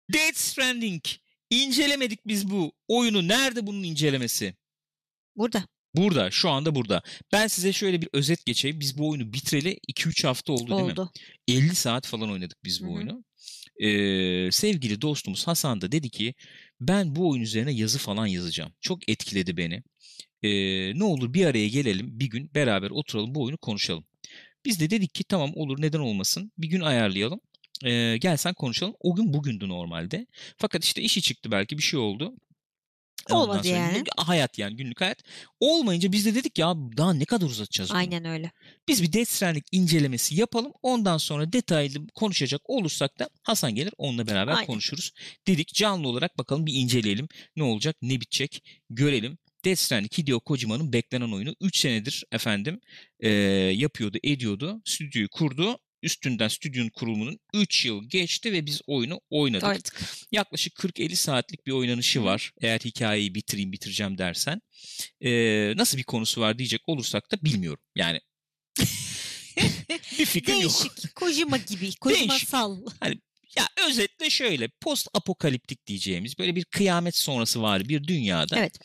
Death Stranding. İncelemedik biz bu oyunu. Nerede bunun incelemesi? Burada. Burada. Şu anda burada. Ben size şöyle bir özet geçeyim. Biz bu oyunu bitireli 2-3 hafta oldu değil mi? 50 saat falan oynadık biz bu oyunu. Sevgili dostumuz Hasan da dedi ki ben bu oyun üzerine yazı falan yazacağım. Çok etkiledi beni. Ne olur bir araya gelelim, bir gün beraber oturalım, bu oyunu konuşalım. Biz de dedik ki tamam olur, neden olmasın, bir gün ayarlayalım. Gelsen konuşalım. O gün bugündü normalde. Fakat işte işi çıktı, belki bir şey oldu. Olmadı yani. Hayat yani, günlük hayat. Olmayınca biz de dedik ya daha ne kadar uzatacağız bunu? Aynen öyle. Biz bir Death Stranding incelemesi yapalım. Ondan sonra detaylı konuşacak olursak da Hasan gelir, onunla beraber konuşuruz. Dedik canlı olarak bakalım, bir inceleyelim. Ne olacak, ne bitecek görelim. Death Stranding Hideo Kojima'nın beklenen oyunu. 3 senedir efendim yapıyordu, ediyordu. Stüdyoyu kurdu. Üstünden stüdyonun kurulumunun 3 yıl geçti ve biz oyunu oynadık. Artık. Yaklaşık 40-50 saatlik bir oynanışı var. Eğer hikayeyi bitireceğim dersen. Nasıl bir konusu var diyecek olursak da bilmiyorum. Yani bir fikrim yok. Değişik. Kojima gibi. Kojimasal. Hani ya özetle şöyle, post apokaliptik diyeceğimiz böyle bir kıyamet sonrası var bir dünyada. Evet.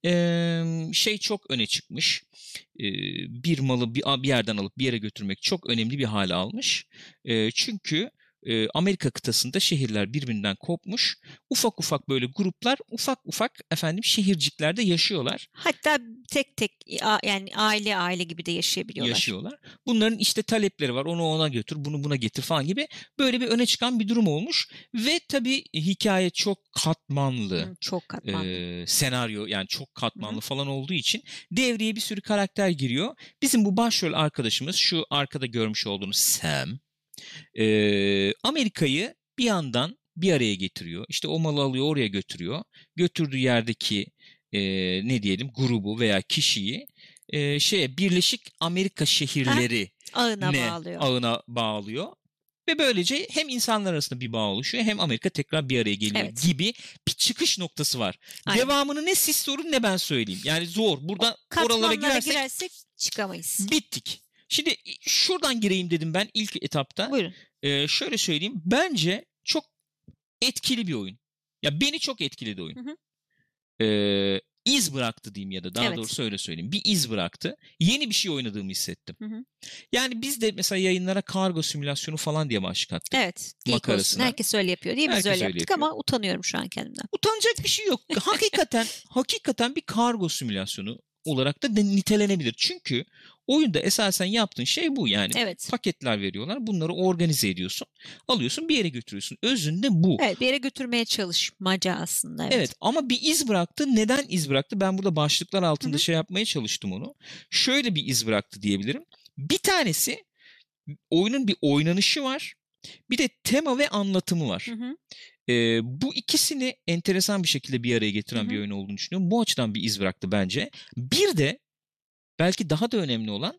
Şey çok öne çıkmış. Bir malı bir yerden alıp bir yere götürmek çok önemli bir hale almış. Çünkü Amerika kıtasında şehirler birbirinden kopmuş. Ufak ufak böyle gruplar, ufak ufak efendim şehirciklerde yaşıyorlar. Hatta tek tek yani aile gibi de yaşayabiliyorlar. Bunların işte talepleri var. Onu ona götür, bunu buna getir falan gibi böyle bir öne çıkan bir durum olmuş. Ve tabii hikaye çok katmanlı. Çok katmanlı. Senaryo yani çok katmanlı falan olduğu için devreye bir sürü karakter giriyor. Bizim bu başrol arkadaşımız, şu arkada görmüş olduğunuz Sam, Amerika'yı bir yandan bir araya getiriyor. İşte o malı alıyor, oraya götürüyor. Götürdüğü yerdeki ne diyelim grubu veya kişiyi Birleşik Amerika şehirleri ağına bağlıyor. Ve böylece hem insanlar arasında bir bağ oluşuyor, hem Amerika tekrar bir araya geliyor gibi bir çıkış noktası var. Aynen. Devamını ne siz sorun ne ben söyleyeyim. Yani zor. Burada oralara girersek çıkamayız. Bittik. Şimdi şuradan gireyim dedim ben ilk etapta. Buyurun. Şöyle söyleyeyim. Bence çok etkili bir oyun. Ya beni çok etkiledi oyun. İz bıraktı diyeyim, ya da daha doğrusu öyle söyleyeyim. Bir iz bıraktı. Yeni bir şey oynadığımı hissettim. Yani biz de mesela yayınlara kargo simülasyonu falan diye başlık attık. Evet. Makarasına. Herkes öyle yapıyor diye biz öyle yaptık ama utanıyorum şu an kendimden. Utanacak bir şey yok. Hakikaten bir kargo simülasyonu olarak da nitelenebilir. Çünkü oyunda esasen yaptığın şey bu yani. Paketler veriyorlar. Bunları organize ediyorsun. Alıyorsun, bir yere götürüyorsun. Özünde bu. Evet, bir yere götürmeye çalışmaca aslında. Evet ama bir iz bıraktı. Neden iz bıraktı? Ben burada başlıklar altında şey yapmaya çalıştım onu. Şöyle bir iz bıraktı diyebilirim. Bir tanesi, oyunun bir oynanışı var. Bir de tema ve anlatımı var. Bu ikisini enteresan bir şekilde bir araya getiren bir oyun olduğunu düşünüyorum. Bu açıdan bir iz bıraktı bence. Bir de belki daha da önemli olan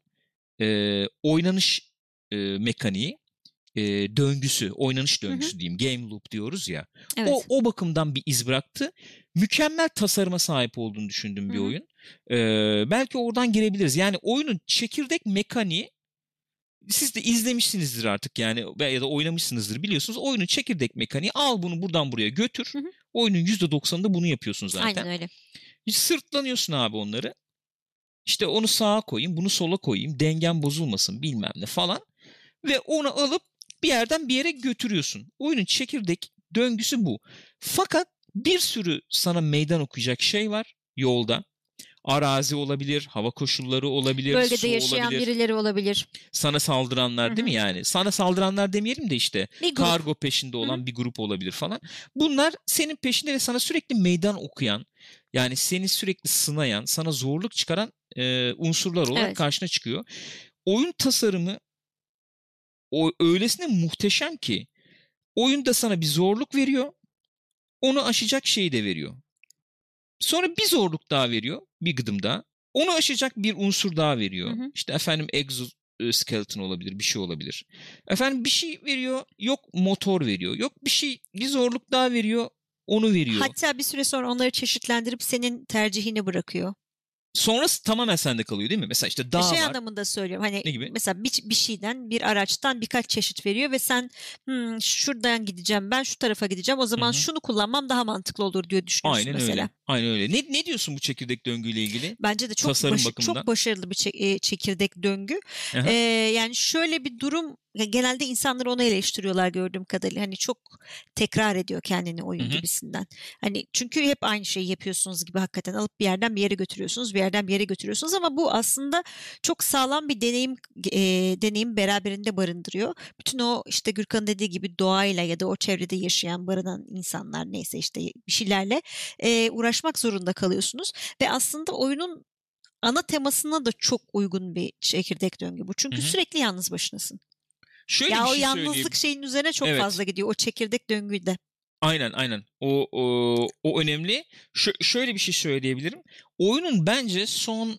oynanış mekaniği, döngüsü, oynanış döngüsü diyeyim. Game loop diyoruz ya. Evet. O bakımdan bir iz bıraktı. Mükemmel tasarıma sahip olduğunu düşündüğüm bir oyun. Belki oradan girebiliriz. Yani oyunun çekirdek mekaniği, siz de izlemişsinizdir artık yani ya da oynamışsınızdır, biliyorsunuz. Oyunun çekirdek mekaniği, al bunu buradan buraya götür. Oyunun %90'ında bunu yapıyorsun zaten. Aynen öyle. Sırtlanıyorsun abi onları. İşte onu sağa koyayım, bunu sola koyayım, dengem bozulmasın bilmem ne falan. Ve onu alıp bir yerden bir yere götürüyorsun. Oyunun çekirdek döngüsü bu. Fakat bir sürü sana meydan okuyacak şey var yolda. Arazi olabilir, hava koşulları olabilir, bölgede su yaşayan olabilir. Birileri olabilir. Sana saldıranlar değil mi yani? Sana saldıranlar demeyelim de işte kargo peşinde olan bir grup olabilir falan. Bunlar senin peşinde ve sana sürekli meydan okuyan, yani seni sürekli sınayan, sana zorluk çıkaran unsurlar olarak karşına çıkıyor. Oyun tasarımı öylesine muhteşem ki oyunda sana bir zorluk veriyor, onu aşacak şeyi de veriyor. Sonra bir zorluk daha veriyor, bir gıdım daha. Onu aşacak bir unsur daha veriyor. İşte efendim exoskeleton olabilir, bir şey olabilir. Efendim bir şey veriyor, yok motor veriyor. Yok bir zorluk daha veriyor, onu veriyor. Hatta bir süre sonra onları çeşitlendirip senin tercihine bırakıyor. Sonrası tamamen sende kalıyor değil mi? Mesela işte dağ var. Anlamında söylüyorum. Hani ne gibi? mesela bir şeyden, bir araçtan birkaç çeşit veriyor ve sen şuradan gideceğim, ben şu tarafa gideceğim. O zaman şunu kullanmam daha mantıklı olur diye düşünüyorsun Aynen mesela. Öyle. Aynen öyle. Ne diyorsun bu çekirdek döngüyle ilgili? Bence de çok başarılı bir çekirdek döngü. Yani şöyle bir durum, genelde insanlar onu eleştiriyorlar gördüğüm kadarıyla. Hani çok tekrar ediyor kendini oyun gibisinden. Hani çünkü hep aynı şeyi yapıyorsunuz gibi, hakikaten alıp bir yerden bir yere götürüyorsunuz, bir yerden bir yere götürüyorsunuz ama bu aslında çok sağlam bir deneyim beraberinde barındırıyor. Bütün o işte Gürkan'ın dediği gibi doğayla ya da o çevrede yaşayan, barınan insanlar neyse işte bir şeylerle uğraşmak zorunda kalıyorsunuz ve aslında oyunun ana temasına da çok uygun bir çekirdek döngü bu. Çünkü sürekli yalnız başınasın. Şöyle o yalnızlık şeyin üzerine çok fazla gidiyor o çekirdek döngüde. Aynen. O önemli. Şöyle bir şey söyleyebilirim. Oyunun bence son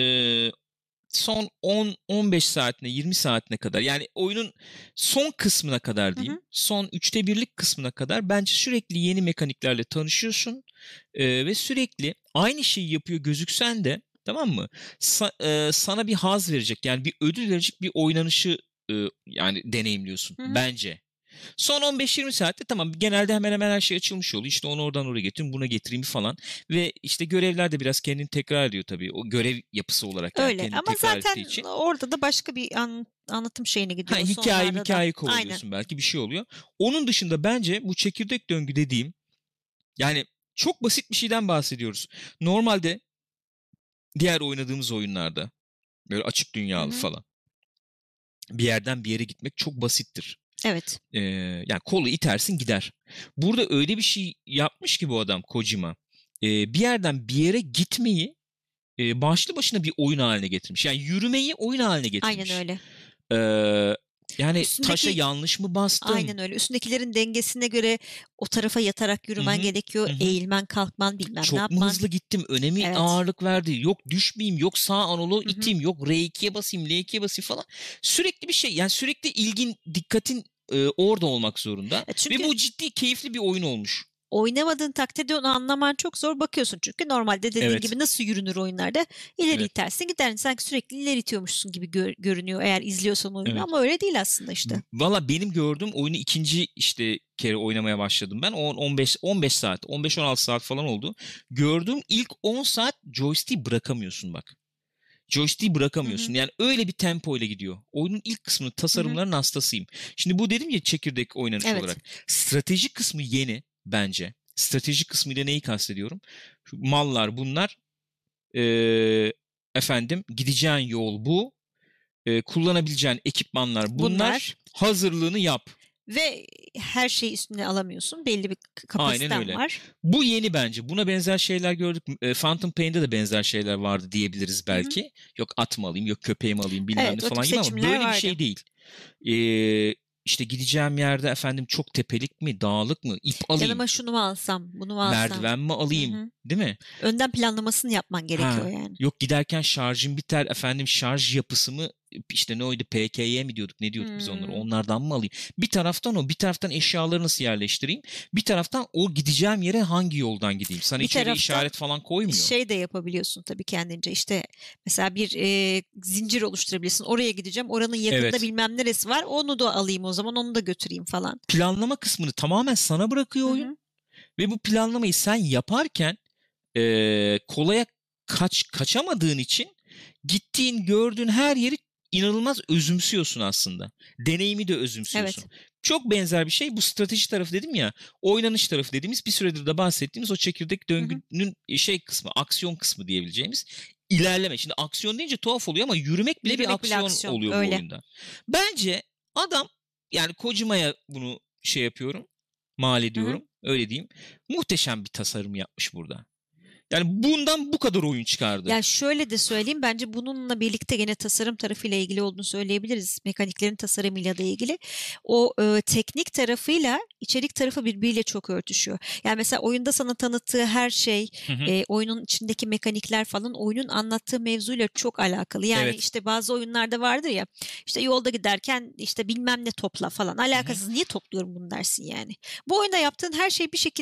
10-15 saatine 20 saatine kadar, yani oyunun son kısmına kadar diyeyim, son 1/3'lik kısmına kadar bence sürekli yeni mekaniklerle tanışıyorsun ve sürekli aynı şeyi yapıyor gözüksen de, tamam mı? Sana bir haz verecek, yani bir ödül verecek bir oynanışı yani deneyimliyorsun bence. Son 15-20 saatte tamam, genelde hemen hemen her şey açılmış oluyor. İşte onu oradan oraya getireyim, buna getireyim falan. Ve işte görevler de biraz kendini tekrar ediyor tabii. O görev yapısı olarak. Yani öyle ama zaten için. Orada da başka bir anlatım şeyine gidiyor. Hikaye kovalıyorsun belki, bir şey oluyor. Onun dışında bence bu çekirdek döngü dediğim, yani çok basit bir şeyden bahsediyoruz. Normalde diğer oynadığımız oyunlarda böyle açık dünyalı falan, bir yerden bir yere gitmek çok basittir. Evet. Yani kolu itersin gider. Burada öyle bir şey yapmış ki bu adam, Kojima. Bir yerden bir yere gitmeyi başlı başına bir oyun haline getirmiş. Yani yürümeyi oyun haline getirmiş. Aynen öyle. Yani taşa yanlış mı bastın? Aynen öyle. Üstündekilerin dengesine göre o tarafa yatarak yürümen gerekiyor. Eğilmen, kalkman, bilmem çok ne yapman. Çok mu hızlı gittim? Öne mi ağırlık verdi? Yok düşmeyeyim, yok sağ analog iteyim, yok R2'ye basayım, L2'ye basayım falan. Sürekli bir şey. Yani sürekli ilgin, dikkatin orada olmak zorunda. Ve bu ciddi, keyifli bir oyun olmuş. Oynamadığın takdirde onu anlaman çok zor, bakıyorsun çünkü normalde dediğin gibi nasıl yürünür oyunlarda, ileri itersin gidersin, sanki sürekli ileri itiyormuşsun gibi görünüyor eğer izliyorsan oyunu ama öyle değil aslında işte. Valla benim gördüğüm oyunu ikinci kere oynamaya başladım ben, 15 saat 15-16 saat falan oldu. Gördüğüm ilk 10 saat joystick'i bırakamıyorsun bak. Joystick'i bırakamıyorsun. Yani öyle bir tempo ile gidiyor. Oyunun ilk kısmını, tasarımların hastasıyım. Şimdi bu dedim ya, çekirdek oynanış olarak. Strateji kısmı yeni bence. Strateji kısmıyla neyi kastediyorum? Şu mallar bunlar. Gideceğin yol bu. Kullanabileceğin ekipmanlar bunlar. Hazırlığını yap. Ve her şeyi üstüne alamıyorsun. Belli bir kapasiten var. Bu yeni bence. Buna benzer şeyler gördük. Phantom Pain'de de benzer şeyler vardı diyebiliriz belki. Yok at mı alayım, yok köpeğimi alayım, bilmem ne falan gibi, ama böyle bir şey değil. İşte gideceğim yerde çok tepelik mi, dağlık mı, ip alayım. Yanıma şunu mu alsam, bunu mu alsam. Merdiven mi alayım, değil mi? Önden planlamasını yapman gerekiyor yani. Yok giderken şarjım biter, şarj yapısı mı, işte ne oydu, PKY mi diyorduk, ne diyorduk biz onları, onlardan mı alayım? Bir taraftan bir taraftan eşyaları nasıl yerleştireyim? Bir taraftan o gideceğim yere hangi yoldan gideyim? Sana içeri işaret falan koymuyor. Şey de yapabiliyorsun tabii kendince, işte mesela bir zincir oluşturabilirsin. Oraya gideceğim, oranın yakında bilmem neresi var, onu da alayım o zaman, onu da götüreyim falan. Planlama kısmını tamamen sana bırakıyor oyun. Ve bu planlamayı sen yaparken kolaya kaçamadığın için gittiğin, gördüğün her yeri inanılmaz özümsüyorsun aslında. Deneyimi de özümsüyorsun. Çok benzer bir şey bu strateji tarafı dedim ya, oynanış tarafı dediğimiz, bir süredir de bahsettiğimiz o çekirdek döngünün kısmı, aksiyon kısmı diyebileceğimiz ilerleme. Şimdi aksiyon deyince tuhaf oluyor ama yürümek bile bir aksiyon oluyor bu oyunda. Bence adam, yani Kojima'ya bunu yapıyorum, mal ediyorum, öyle diyeyim. Muhteşem bir tasarım yapmış burada. Yani bundan bu kadar oyun çıkardı. Ya şöyle de söyleyeyim, bence bununla birlikte gene tasarım tarafıyla ilgili olduğunu söyleyebiliriz. Mekaniklerin tasarımıyla da ilgili. O teknik tarafıyla içerik tarafı birbiriyle çok örtüşüyor. Yani mesela oyunda sana tanıttığı her şey, oyunun içindeki mekanikler falan oyunun anlattığı mevzuyla çok alakalı. Yani işte bazı oyunlarda vardır ya, işte yolda giderken işte bilmem ne topla falan. Alakasız, niye topluyorum bunu dersin yani. Bu oyunda yaptığın her şey bir şekilde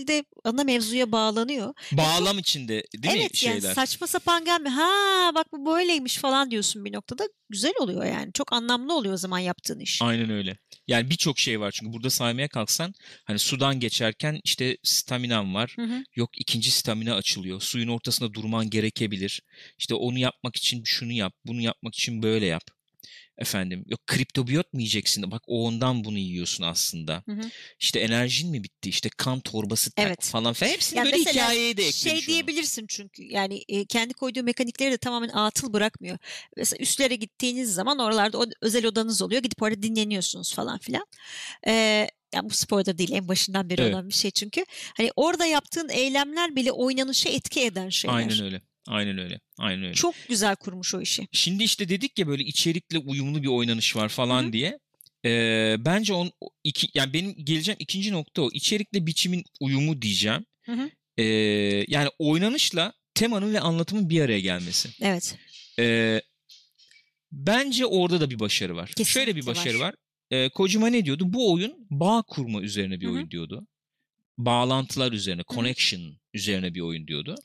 ana mevzuya bağlanıyor. Bağlam içinde değil mi Evet şeyler? yani saçma sapan gelme. Ha bak bu böyleymiş falan diyorsun bir noktada. Güzel oluyor yani. Çok anlamlı oluyor o zaman yaptığın iş. Aynen öyle. Yani birçok şey var çünkü burada saymaya kalksan hani sudan geçerken işte staminan var. Yok ikinci stamina açılıyor. Suyun ortasında durman gerekebilir. İşte onu yapmak için şunu yap, bunu yapmak için böyle yap. Efendim yok kriptobiyot mu yiyeceksin? Bak o ondan bunu yiyorsun aslında. İşte enerjin mi bitti? İşte kan torbası falan falan. Hepsini yani böyle hikayeye de eklemiş şey diyebilirsin çünkü yani kendi koyduğu mekanikleri de tamamen atıl bırakmıyor. Mesela üstlere gittiğiniz zaman oralarda özel odanız oluyor. Gidip orada dinleniyorsunuz falan filan. Yani bu spoiler değil en başından beri olan bir şey çünkü. Hani orada yaptığın eylemler bile oynanışa etki eden şeyler. Aynen öyle. Aynen öyle. Aynen öyle. Çok güzel kurmuş o işi. Şimdi işte dedik ya böyle içerikle uyumlu bir oynanış var falan diye. Bence yani benim geleceğim ikinci nokta o. İçerikle biçimin uyumu diyeceğim. Yani oynanışla temanın ve anlatımın bir araya gelmesi. Evet. Bence orada da bir başarı var. Kesinlikle şöyle bir başarı var. Kojima ne diyordu? Bu oyun bağ kurma üzerine bir oyun diyordu. Bağlantılar üzerine, connection üzerine bir oyun diyordu.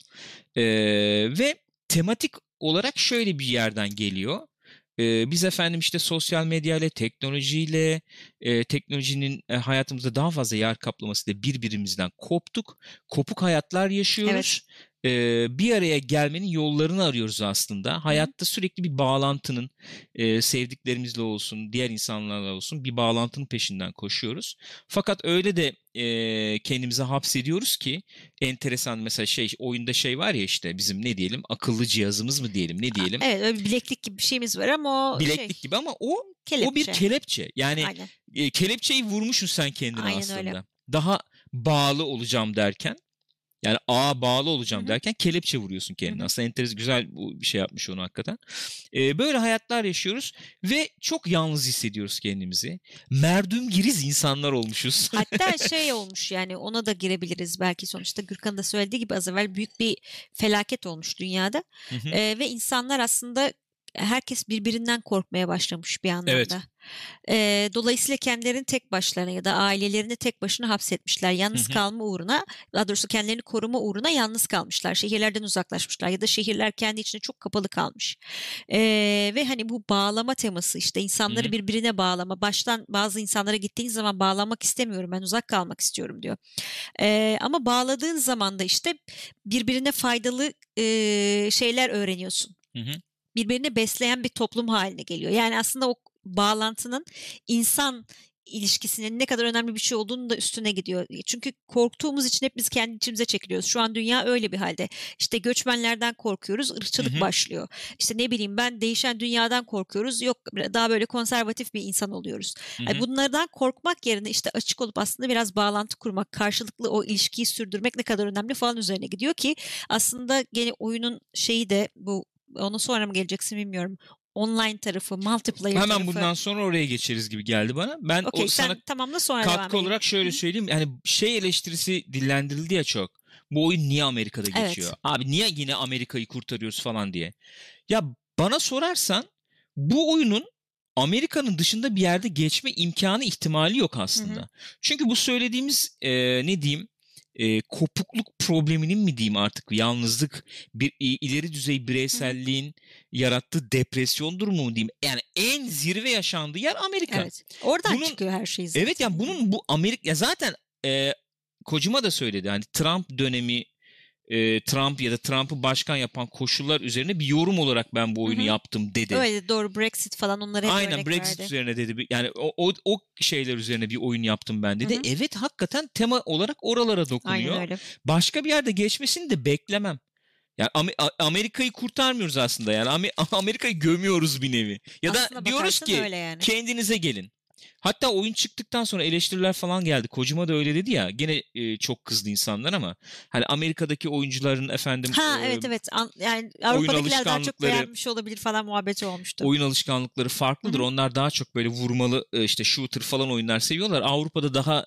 Ve tematik olarak şöyle bir yerden geliyor. Biz efendim işte sosyal medyayla, teknolojiyle, teknolojinin hayatımızda daha fazla yer kaplamasıyla birbirimizden koptuk. Kopuk hayatlar yaşıyoruz. Bir araya gelmenin yollarını arıyoruz aslında. Hayatta sürekli bir bağlantının, sevdiklerimizle olsun, diğer insanlarla olsun bir bağlantının peşinden koşuyoruz. Fakat öyle de kendimizi hapsediyoruz ki enteresan mesela oyunda var ya işte bizim ne diyelim akıllı cihazımız mı diyelim ne diyelim. Evet öyle bir bileklik gibi bir şeyimiz var ama o bileklik gibi ama o bir kelepçe. Yani kelepçeyi vurmuşsun sen kendine aslında. Öyle. Daha bağlı olacağım derken yani ağa bağlı olacağım derken kelepçe vuruyorsun kendine. Aslında enteresan güzel bir şey yapmış onu hakikaten. Böyle hayatlar yaşıyoruz ve çok yalnız hissediyoruz kendimizi. Merdümgiriz insanlar olmuşuz. Hatta olmuş yani ona da girebiliriz belki sonuçta Gürkan'ın da söylediği gibi az evvel büyük bir felaket olmuş dünyada. Ve insanlar aslında herkes birbirinden korkmaya başlamış bir anlamda. Evet. Dolayısıyla kendilerini tek başlarına ya da ailelerini tek başına hapsetmişler. Yalnız kalma uğruna, daha doğrusu kendilerini koruma uğruna yalnız kalmışlar. Şehirlerden uzaklaşmışlar ya da şehirler kendi içine çok kapalı kalmış. Ve hani bu bağlama teması işte insanları birbirine bağlama. Baştan bazı insanlara gittiğiniz zaman bağlamak istemiyorum ben uzak kalmak istiyorum diyor. Ama bağladığın zaman da işte birbirine faydalı şeyler öğreniyorsun. Birbirini besleyen bir toplum haline geliyor. Yani aslında o bağlantının insan ilişkisinin ne kadar önemli bir şey olduğunu da üstüne gidiyor. Çünkü korktuğumuz için hep biz kendi içimize çekiliyoruz. Şu an dünya öyle bir halde. İşte göçmenlerden korkuyoruz, ırkçılık başlıyor. İşte ne bileyim ben değişen dünyadan korkuyoruz. Yok daha böyle konservatif bir insan oluyoruz. Yani bunlardan korkmak yerine işte açık olup aslında biraz bağlantı kurmak, karşılıklı o ilişkiyi sürdürmek ne kadar önemli falan üzerine gidiyor ki aslında gene oyunun şeyi de bu ona sonra mı geleceksin bilmiyorum. Online tarafı, multiplayer Hemen tarafı. Bundan sonra oraya geçeriz gibi geldi bana. Ben o sana tamamla sonra katkı olarak şöyle söyleyeyim. Yani eleştirisi dillendirildi ya çok. Bu oyun niye Amerika'da geçiyor? Evet. Abi niye yine Amerika'yı kurtarıyoruz falan diye. Ya bana sorarsan bu oyunun Amerika'nın dışında bir yerde geçme imkanı ihtimali yok aslında. Çünkü bu söylediğimiz ne diyeyim kopukluk probleminin mi diyeyim artık yalnızlık bir ileri düzey bireyselliğin yarattığı depresyon durumu mu diyeyim yani en zirve yaşandığı yer Amerika. Evet. Oradan çıkıyor her şey zaten. Evet yani bunun bu Amerika ya zaten Kojima da söyledi hani Trump dönemi Trump ya da Trump'ı başkan yapan koşullar üzerine bir yorum olarak ben bu oyunu yaptım dedi. Öyle doğru Brexit falan onlara hep aynen örnek Brexit verdi. üzerine dedi. Yani o şeyler üzerine bir oyun yaptım ben dedi. Evet hakikaten tema olarak oralara dokunuyor. Aynen öyle. Başka bir yerde geçmesini de beklemem. Yani Amerika'yı kurtarmıyoruz aslında. Yani Amerika'yı gömüyoruz bir nevi. Ya aslında da diyoruz ki yani. Kendinize gelin. Hatta oyun çıktıktan sonra eleştiriler falan geldi. Kojima da öyle dedi ya. Gene çok kızdı insanlar ama hani Amerika'daki oyuncuların efendim evet. Yani Avrupa'dakiler daha çok beğenmiş olabilir falan muhabbeti olmuştu. Oyun alışkanlıkları farklıdır. Onlar daha çok böyle vurmalı işte shooter falan oyunlar seviyorlar. Avrupa'da daha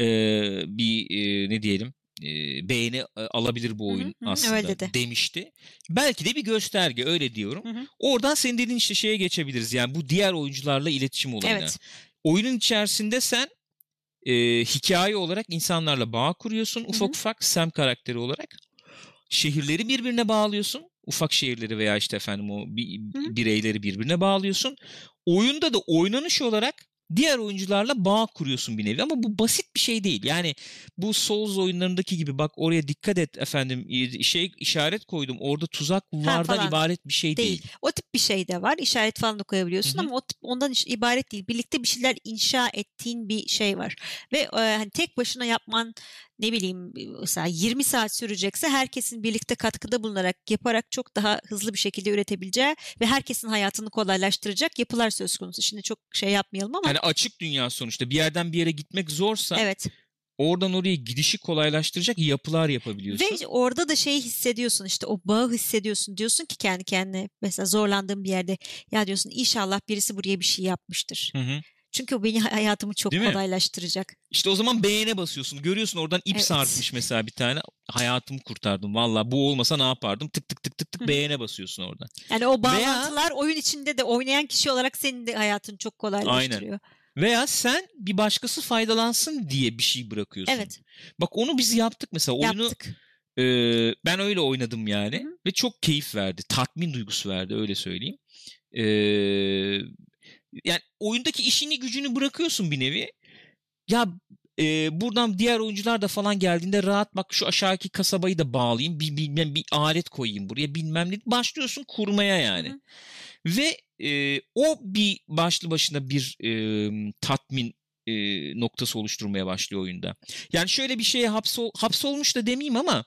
ne diyelim beğeni alabilir bu oyun aslında demişti. Belki de bir gösterge öyle diyorum. Oradan senin dediğin işte şeye geçebiliriz. Yani bu diğer oyuncularla iletişim olayına. Evet. Oyunun içerisinde sen hikaye olarak insanlarla bağ kuruyorsun ufak ufak Sam karakteri olarak. Şehirleri birbirine bağlıyorsun. Ufak şehirleri veya işte efendim o bireyleri birbirine bağlıyorsun. Oyunda da oynanış olarak diğer oyuncularla bağ kuruyorsun bir nevi ama bu basit bir şey değil. Yani bu Souls oyunlarındaki gibi bak oraya dikkat et efendim işaret koydum orada tuzak vardan ibaret bir şey değil. O tip bir şey de var. İşaret falan da koyabiliyorsun ama ondan ibaret değil. Birlikte bir şeyler inşa ettiğin bir şey var. Ve hani tek başına yapman ne bileyim mesela 20 saat sürecekse herkesin birlikte katkıda bulunarak yaparak çok daha hızlı bir şekilde üretebileceği ve herkesin hayatını kolaylaştıracak yapılar söz konusu. Şimdi çok şey yapmayalım ama. Yani açık dünya sonuçta bir yerden bir yere gitmek zorsa evet. Oradan oraya gidişi kolaylaştıracak yapılar yapabiliyorsun. Ve orada da şeyi hissediyorsun işte o bağı hissediyorsun. Diyorsun ki kendi kendine mesela zorlandığın bir yerde ya diyorsun inşallah birisi buraya bir şey yapmıştır. Çünkü o benim hayatımı çok kolaylaştıracak. İşte o zaman beğene basıyorsun. Görüyorsun oradan ip sarkmış mesela bir tane. Hayatımı kurtardım. Valla bu olmasa ne yapardım? Tık tık tık tık tık beğene basıyorsun orada. Yani o bağlantılar oyun içinde de oynayan kişi olarak senin de hayatını çok kolaylaştırıyor. Aynen. Veya sen bir başkası faydalansın diye bir şey bırakıyorsun. Evet. Bak onu biz yaptık mesela. Oyunu ben öyle oynadım yani. Ve çok keyif verdi. Tatmin duygusu verdi öyle söyleyeyim. Yani oyundaki işini gücünü bırakıyorsun bir nevi. Ya buradan diğer oyuncular da falan geldiğinde rahat bak şu aşağıdaki kasabayı da bağlayayım. Bir alet koyayım buraya bilmem ne. Başlıyorsun kurmaya yani. Ve o bir başlı başına bir tatmin noktası oluşturmaya başlıyor oyunda. Yani şöyle bir şeye hapsolmuş da demeyeyim ama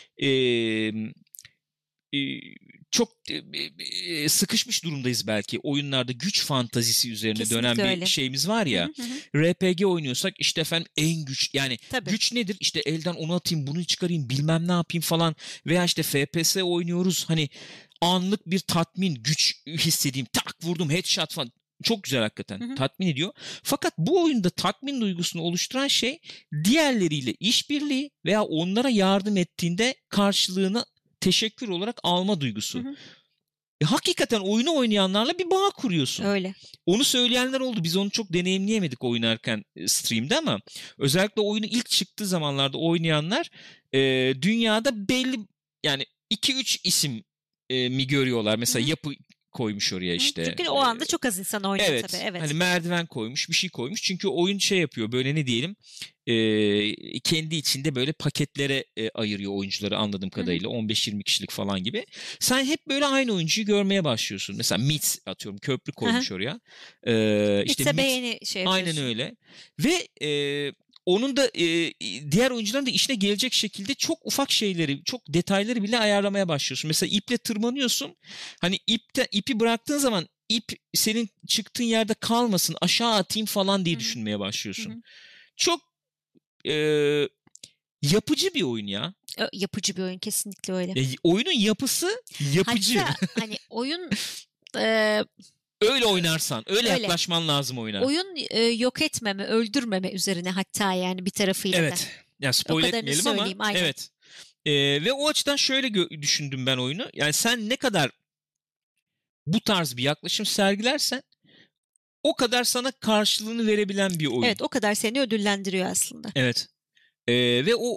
çok sıkışmış durumdayız belki. Oyunlarda güç fantazisi üzerine kesinlikle dönen öyle. Bir şeyimiz var ya. RPG oynuyorsak işte efendim en güç yani tabii. Güç nedir? İşte elden onu atayım, bunu çıkarayım, bilmem ne yapayım falan veya işte FPS oynuyoruz. Hani anlık bir tatmin, güç hissedeyim. Tak vurdum, headshot falan. Çok güzel hakikaten. Tatmin ediyor. Fakat bu oyunda tatmin duygusunu oluşturan şey diğerleriyle işbirliği veya onlara yardım ettiğinde karşılığını teşekkür olarak alma duygusu. Hakikaten oyunu oynayanlarla bir bağ kuruyorsun. Öyle. Onu söyleyenler oldu. Biz onu çok deneyimleyemedik oynarken stream'de ama özellikle oyunu ilk çıktığı zamanlarda oynayanlar dünyada belli yani 2-3 isim mi görüyorlar. Mesela yapı koymuş oraya işte. Çünkü o anda çok az insan oynuyor tabii. Evet. Hani merdiven koymuş, bir şey koymuş. Çünkü oyun şey yapıyor böyle ne diyelim kendi içinde böyle paketlere ayırıyor oyuncuları anladığım kadarıyla. 15-20 kişilik falan gibi. Sen hep böyle aynı oyuncuyu görmeye başlıyorsun. Mesela Meets atıyorum köprü koymuş oraya. İşte beğeni şey yapıyorsun. Aynen öyle. Ve onun da diğer oyuncuların da işine gelecek şekilde çok ufak şeyleri, çok detayları bile ayarlamaya başlıyorsun. Mesela iple tırmanıyorsun. Hani ipi bıraktığın zaman ip senin çıktığın yerde kalmasın, aşağı atayım falan diye düşünmeye başlıyorsun. Çok yapıcı bir oyun ya. Yapıcı bir oyun kesinlikle öyle. Oyunun yapısı yapıcı. Hatta hani oyun öyle oynarsan, öyle yaklaşman lazım oyuna. Oyun yok etmeme, öldürmeme üzerine hatta yani bir tarafıyla da. Evet. Ya spoiler etmeyelim ama. Aynen. Evet. Ve o açıdan şöyle düşündüm ben oyunu. Yani sen ne kadar bu tarz bir yaklaşım sergilersen o kadar sana karşılığını verebilen bir oyun. Evet, o kadar seni ödüllendiriyor aslında. Evet. Ve o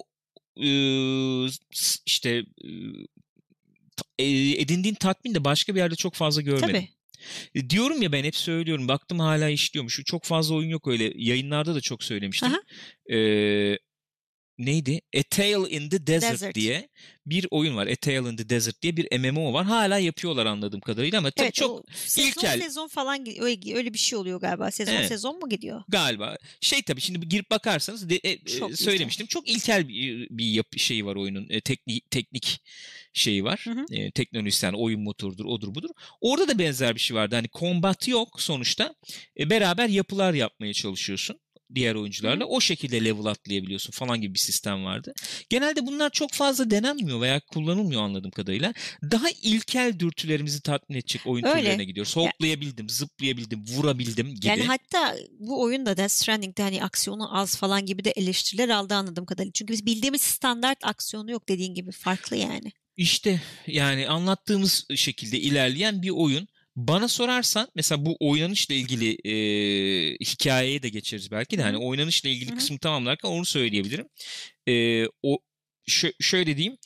işte edindiğin tatmin de başka bir yerde çok fazla görmedim. Tabii. Diyorum ya ben hep söylüyorum. Baktım hala işliyormuş. Çok fazla oyun yok öyle. Yayınlarda da çok söylemiştim. Neydi? A Tale in the Desert diye bir oyun var. A Tale in the Desert diye bir MMO var. Hala yapıyorlar anladığım kadarıyla ama tabii çok ilkel. Sezon falan öyle bir şey oluyor galiba. Sezon mu gidiyor? Galiba. Tabii şimdi girip bakarsanız söylemiştim. İlkel. Çok ilkel bir şeyi var oyunun. Teknik şeyi var. Teknolojisi yani oyun motorudur, odur budur. Orada da benzer bir şey vardı. Hani combat yok sonuçta. Beraber yapılar yapmaya çalışıyorsun diğer oyuncularla. O şekilde level atlayabiliyorsun falan gibi bir sistem vardı. Genelde bunlar çok fazla denenmiyor veya kullanılmıyor anladığım kadarıyla. Daha ilkel dürtülerimizi tatmin edecek oyun türlerine gidiyoruz. Hoplayabildim, zıplayabildim, vurabildim gibi. Yani hatta bu oyunda Death Stranding'de hani aksiyonu az falan gibi de eleştiriler aldı anladığım kadarıyla. Çünkü biz bildiğimiz standart aksiyonu yok dediğin gibi farklı yani. İşte yani anlattığımız şekilde ilerleyen bir oyun. Bana sorarsan mesela bu oynanışla ilgili hikayeye de geçeriz belki de. Hani oynanışla ilgili kısmı tamamlarken onu söyleyebilirim. Şöyle diyeyim.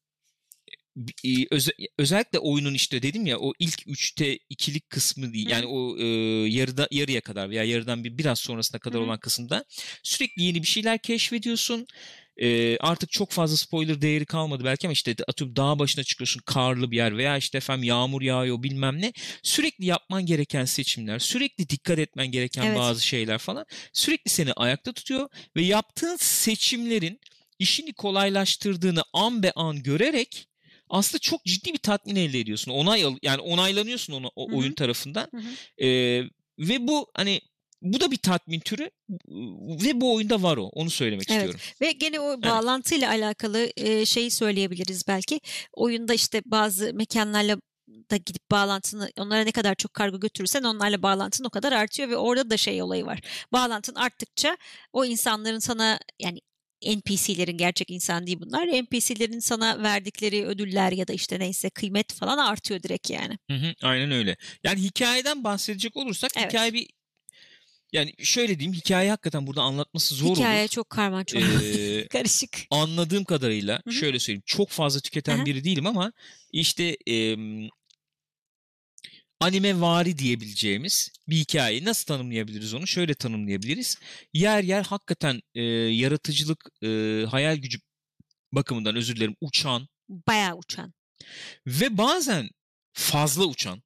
Özellikle oyunun işte dedim ya o ilk 3'te 2'lik kısmı değil. Yani o yarıya kadar veya yarıdan biraz sonrasına kadar olan kısımda sürekli yeni bir şeyler keşfediyorsun. Artık çok fazla spoiler değeri kalmadı belki ama işte atıyorum dağ başına çıkıyorsun, karlı bir yer veya işte efendim yağmur yağıyor bilmem ne. Sürekli yapman gereken seçimler, sürekli dikkat etmen gereken bazı şeyler falan sürekli seni ayakta tutuyor ve yaptığın seçimlerin işini kolaylaştırdığını an be an görerek aslında çok ciddi bir tatmin elde ediyorsun. Yani onaylanıyorsun o oyun tarafından. Ve bu hani bu da bir tatmin türü ve bu oyunda var o. Onu söylemek istiyorum. Ve gene o bağlantıyla alakalı şeyi söyleyebiliriz belki. Oyunda işte bazı mekanlarla da gidip bağlantını, onlara ne kadar çok kargo götürürsen onlarla bağlantın o kadar artıyor ve orada da şey olayı var. Bağlantın arttıkça o insanların sana, yani NPC'lerin, gerçek insan değil bunlar, NPC'lerin sana verdikleri ödüller ya da işte neyse kıymet falan artıyor direkt yani. Aynen öyle. Yani hikayeden bahsedecek olursak hikaye yani şöyle diyeyim, hikaye hakikaten burada anlatması zor olur. Hikaye çok karışık. Anladığım kadarıyla şöyle söyleyeyim, çok fazla tüketen biri değilim ama işte animevari diyebileceğimiz bir hikaye. Nasıl tanımlayabiliriz onu? Şöyle tanımlayabiliriz. Yer yer hakikaten yaratıcılık, hayal gücü bakımından uçan. Bayağı uçan. Ve bazen fazla uçan.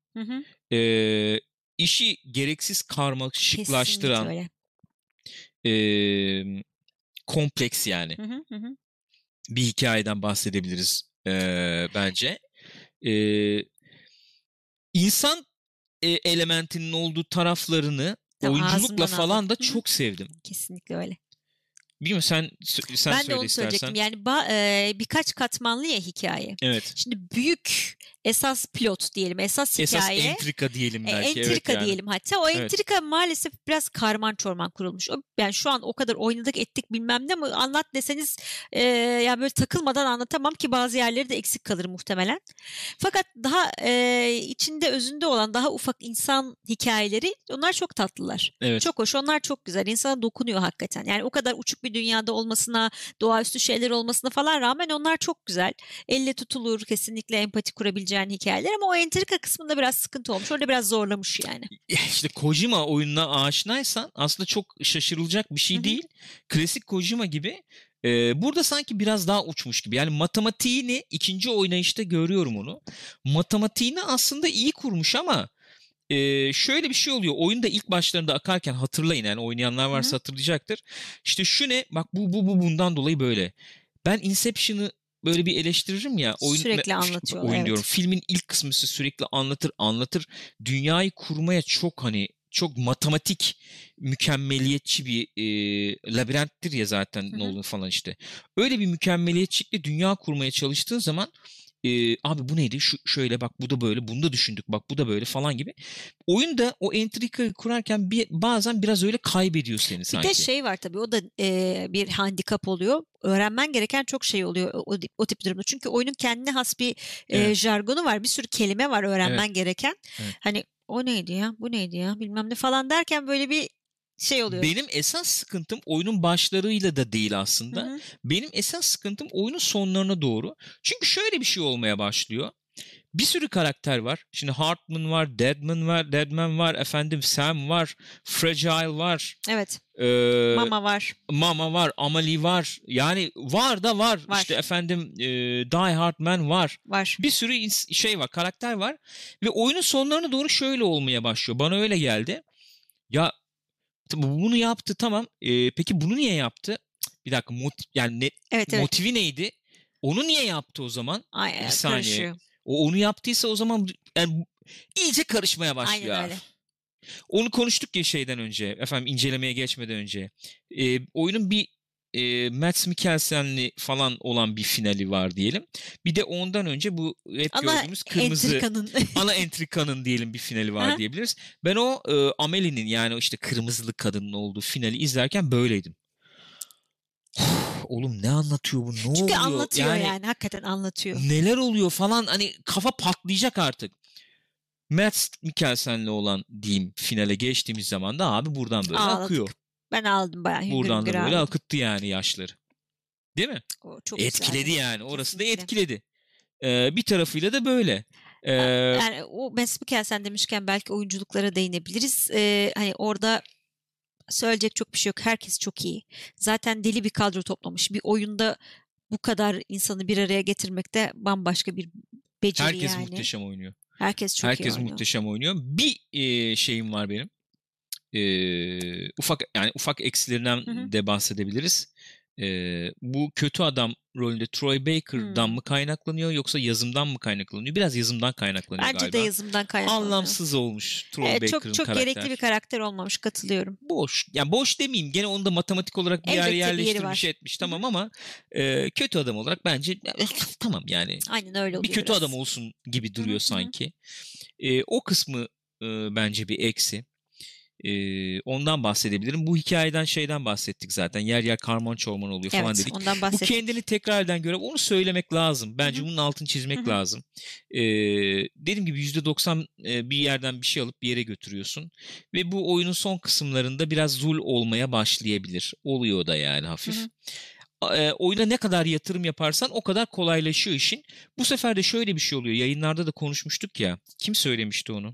İşi gereksiz karmaşıklaştıran. Kompleks yani. Bir hikayeden bahsedebiliriz bence. İnsan elementinin olduğu taraflarını oyunculukla falan da çok sevdim. Kesinlikle öyle. Bilmiyorum, sen ben söyle de onu istersen. Söyleyecektim. Yani birkaç katmanlı ya hikaye. Evet. Şimdi büyük esas pilot diyelim, esas hikaye. Esas entrika diyelim belki. Entrika diyelim hatta. O entrika maalesef biraz karman çorman kurulmuş. Yani şu an o kadar oynadık ettik bilmem ne ama anlat deseniz yani böyle takılmadan anlatamam ki bazı yerleri de eksik kalır muhtemelen. Fakat daha içinde özünde olan daha ufak insan hikayeleri, onlar çok tatlılar. Evet. Çok hoş, onlar çok güzel. İnsana dokunuyor hakikaten. Yani o kadar uçuk bir dünyada olmasına, doğaüstü şeyler olmasına falan rağmen onlar çok güzel. Elle tutulur, kesinlikle empati kurabileceğin hikayeler ama o entrika kısmında biraz sıkıntı olmuş. Orada biraz zorlamış yani. İşte Kojima oyununa aşinaysan aslında çok şaşırılacak bir şey değil. Klasik Kojima gibi. Burada sanki biraz daha uçmuş gibi. Yani matematiğini ikinci oynayışta görüyorum onu. Matematiğini aslında iyi kurmuş ama şöyle bir şey oluyor. Oyunda ilk başlarında akarken hatırlayın, yani oynayanlar varsa hatırlayacaktır. İşte şu ne? Bak bu bundan dolayı böyle. Ben Inception'ı böyle bir eleştiririm ya. Sürekli anlatıyorlar. Oyun diyorum. Filmin ilk kısmı sürekli anlatır. Dünyayı kurmaya çok matematik, mükemmeliyetçi bir labirenttir ya zaten Nolan falan işte. Öyle bir mükemmeliyetçilikle dünya kurmaya çalıştığın zaman abi bu neydi? Şöyle bak, bu da böyle, bunu da düşündük, bak bu da böyle falan gibi. Oyunda o entrikayı kurarken bazen biraz öyle kaybediyor seni sanki. Bir de şey var tabii, o da bir handikap oluyor. Öğrenmen gereken çok şey oluyor o tip durumda. Çünkü oyunun kendine has bir jargonu var. Bir sürü kelime var öğrenmen gereken. Evet. Hani o neydi ya, bu neydi ya, bilmem ne falan derken böyle bir şey oluyor. Benim esas sıkıntım oyunun başlarıyla da değil aslında. Benim esas sıkıntım oyunun sonlarına doğru. Çünkü şöyle bir şey olmaya başlıyor. Bir sürü karakter var. Şimdi Hartman var, Deadman var, efendim Sam var, Fragile var. Evet. Mama var, Amelie var. Yani var. İşte efendim Die Hard Man var. Bir sürü şey var, karakter var. Ve oyunun sonlarına doğru şöyle olmaya başlıyor. Bana öyle geldi. Ya bunu yaptı, tamam. Peki bunu niye yaptı? Bir dakika, motivi neydi? Onu niye yaptı o zaman? Bir saniye. Karışıyor. Onu yaptıysa o zaman yani iyice karışmaya başlıyor. Aynen öyle. Onu konuştuk ya şeyden önce, efendim incelemeye geçmeden önce. Oyunun bir Mads Mikkelsen'li falan olan bir finali var diyelim. Bir de ondan önce bu hep gördüğümüz kırmızı ana entrikanın diyelim bir finali var diyebiliriz. Ben o Amelie'nin, yani işte kırmızılı kadının olduğu finali izlerken böyleydim. Oğlum ne anlatıyor bu? Ne oluyor? Çünkü anlatıyor yani hakikaten anlatıyor. Neler oluyor falan, hani kafa patlayacak artık. Mads Mikkelsen'le olan diyeyim finale geçtiğimiz zaman da abi buradan böyle Ağladık. akıyor. Ben ağladım bayağı. Hüngür Buradan hüngür da böyle ağladım. akıttı yani yaşları. Değil mi? O çok Etkiledi güzeldi. yani. Orası da Kesinlikle. etkiledi. Bir tarafıyla da böyle. Yani o Mads Mikkelsen demişken belki oyunculuklara değinebiliriz. Hani orada söyleyecek çok bir şey yok. Herkes çok iyi. Zaten deli bir kadro toplamış. Bir oyunda bu kadar insanı bir araya getirmek de bambaşka bir beceri herkes yani. muhteşem oynuyor. Herkes çok iyi Herkes oynuyor. muhteşem oynuyor. Bir şeyim var benim. Ufak eksilerinden de bahsedebiliriz. Bu kötü adam rolünde Troy Baker'dan mı kaynaklanıyor yoksa yazımdan mı kaynaklanıyor? Biraz yazımdan kaynaklanıyor Bence galiba. de yazımdan kaynaklanıyor. Anlamsız olmuş Troy Baker'ın çok karakter. gerekli bir karakter olmamış, katılıyorum. Boş. Yani boş demeyeyim. Gene onu da matematik olarak bir yere yerleştirmiş etmiş. Tamam ama kötü adam olarak bence tamam yani. Aynen öyle oluyor. Bir kötü biraz. adam olsun gibi duruyor sanki. O kısmı bence bir eksi. Ondan bahsedebilirim. Bu hikayeden şeyden bahsettik zaten. Yer yer karman çorman oluyor falan dedik. Ondan bahsettik. Bu kendini tekrar eden görev, onu söylemek lazım. Bence bunun altını çizmek lazım. Dediğim gibi %90 bir yerden bir şey alıp bir yere götürüyorsun. Ve bu oyunun son kısımlarında biraz zul olmaya başlayabilir. Oluyor da yani hafif. Oyuna ne kadar yatırım yaparsan o kadar kolaylaşıyor işin. Bu sefer de şöyle bir şey oluyor. Yayınlarda da konuşmuştuk ya. Kim söylemişti onu?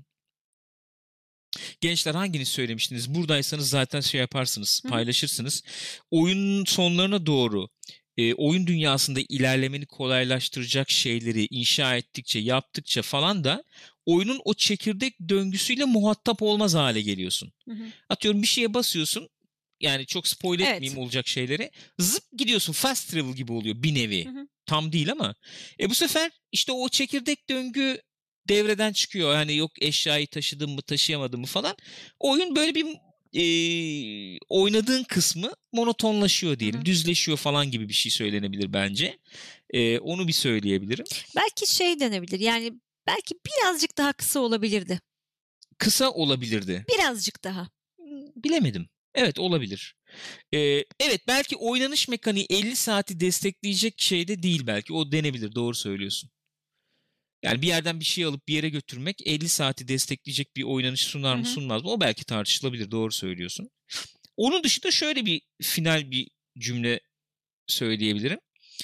Gençler hanginiz söylemiştiniz? Buradaysanız zaten şey yaparsınız, paylaşırsınız. Oyunun sonlarına doğru oyun dünyasında ilerlemeni kolaylaştıracak şeyleri inşa ettikçe, yaptıkça falan da oyunun o çekirdek döngüsüyle muhatap olmaz hale geliyorsun. Atıyorum bir şeye basıyorsun. Yani çok spoil etmeyeyim olacak şeyleri. Zıp gidiyorsun. Fast travel gibi oluyor bir nevi. Tam değil ama. Bu sefer işte o çekirdek döngü devreden çıkıyor. Yani yok eşyayı taşıdım mı taşıyamadım mı falan. Oyun böyle bir oynadığın kısmı monotonlaşıyor diyelim. Düzleşiyor falan gibi bir şey söylenebilir bence. Onu bir söyleyebilirim. Belki şey denebilir. Yani belki birazcık daha kısa olabilirdi. Kısa olabilirdi. Birazcık daha. Bilemedim. Evet olabilir. Evet belki oynanış mekaniği 50 saati destekleyecek şey de değil belki. O denebilir. Doğru söylüyorsun. Yani bir yerden bir şey alıp bir yere götürmek 50 saati destekleyecek bir oynanış sunar mı sunmaz mı? O belki tartışılabilir. Doğru söylüyorsun. Onun dışında şöyle bir final bir cümle söyleyebilirim.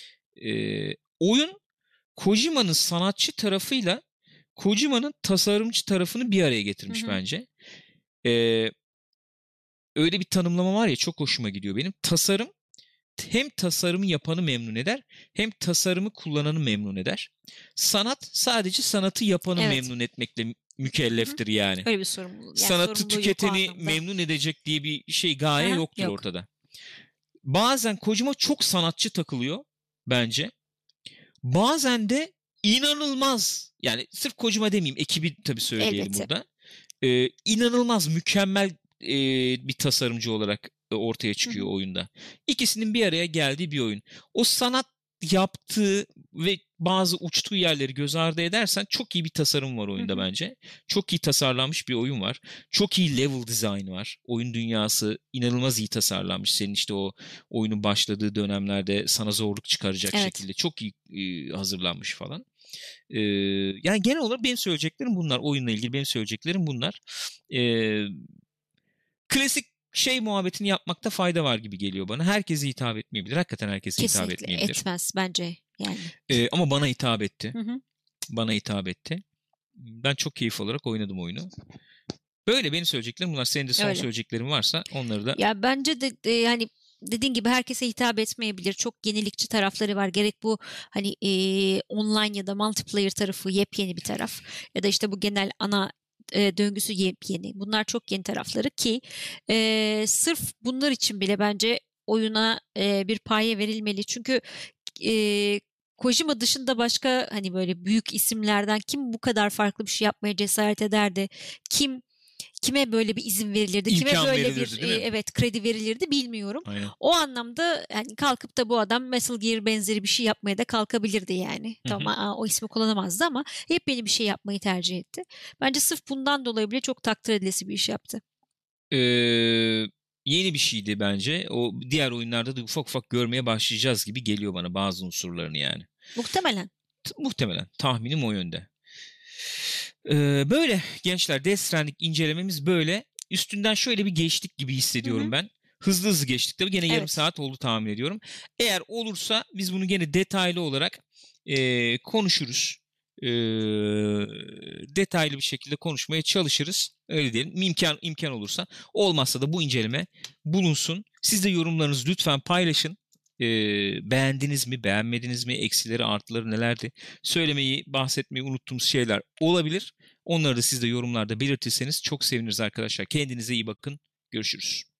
Oyun Kojima'nın sanatçı tarafıyla Kojima'nın tasarımcı tarafını bir araya getirmiş bence. Öyle bir tanımlama var ya, çok hoşuma gidiyor benim. Tasarım hem tasarımı yapanı memnun eder hem tasarımı kullananı memnun eder. Sanat sadece sanatı yapanı memnun etmekle mükelleftir yani. Öyle bir sorumluluk. Yani sanatı tüketeni memnun edecek diye bir şey gaye yoktur ortada. Bazen Kojima çok sanatçı takılıyor bence. Bazen de inanılmaz, yani sırf Kojima demeyeyim, ekibi tabii söyleyelim burada. İnanılmaz mükemmel bir tasarımcı olarak ortaya çıkıyor oyunda. İkisinin bir araya geldiği bir oyun. O sanat yaptığı ve bazı uçtuğu yerleri göz ardı edersen çok iyi bir tasarım var oyunda bence. Çok iyi tasarlanmış bir oyun var. Çok iyi level design var. Oyun dünyası inanılmaz iyi tasarlanmış. Senin işte o oyunun başladığı dönemlerde sana zorluk çıkaracak şekilde çok iyi hazırlanmış falan. Yani genel olarak benim söyleyeceklerim bunlar. Oyunla ilgili benim söyleyeceklerim bunlar. Klasik şey muhabbetini yapmakta fayda var gibi geliyor bana. Herkese hitap etmeyebilir. Hakikaten herkese hitap etmeyebilir. Kesinlikle etmez bence yani. Ama bana hitap etti. Bana hitap etti. Ben çok keyif alarak oynadım oyunu. Böyle benim söyleyeceklerim bunlar. Senin de son söyleyeceklerin varsa onları da... Ya bence de yani dediğin gibi herkese hitap etmeyebilir. Çok yenilikçi tarafları var. Gerek bu hani online ya da multiplayer tarafı yepyeni bir taraf. Ya da işte bu genel ana döngüsü yepyeni. Bunlar çok yeni tarafları ki sırf bunlar için bile bence oyuna bir paye verilmeli. Çünkü Kojima dışında başka hani böyle büyük isimlerden kim bu kadar farklı bir şey yapmaya cesaret ederdi? Kime böyle bir izin verilirdi? İmkan kime böyle verilirdi, bir kredi verilirdi bilmiyorum. Aynen. O anlamda yani kalkıp da bu adam Metal Gear benzeri bir şey yapmaya da kalkabilirdi yani. Tamam, o ismi kullanamazdı ama yepyeni bir şey yapmayı tercih etti. Bence sırf bundan dolayı bile çok takdir edilesi bir iş yaptı. Yeni bir şeydi bence. O diğer oyunlarda da ufak ufak görmeye başlayacağız gibi geliyor bana bazı unsurlarını yani. Muhtemelen. Muhtemelen. Tahminim o yönde. Böyle gençler, Death Stranding incelememiz böyle. Üstünden şöyle bir geçtik gibi hissediyorum ben. Hızlı hızlı geçtik tabii. Gene yarım saat oldu tahmin ediyorum. Eğer olursa biz bunu gene detaylı olarak konuşuruz. Detaylı bir şekilde konuşmaya çalışırız. Öyle diyelim. İmkan olursa. Olmazsa da bu inceleme bulunsun. Siz de yorumlarınızı lütfen paylaşın. Beğendiniz mi, beğenmediniz mi, eksileri, artıları nelerdi? Söylemeyi, bahsetmeyi unuttuğumuz şeyler olabilir. Onları da siz de yorumlarda belirtirseniz çok seviniriz arkadaşlar. Kendinize iyi bakın. Görüşürüz.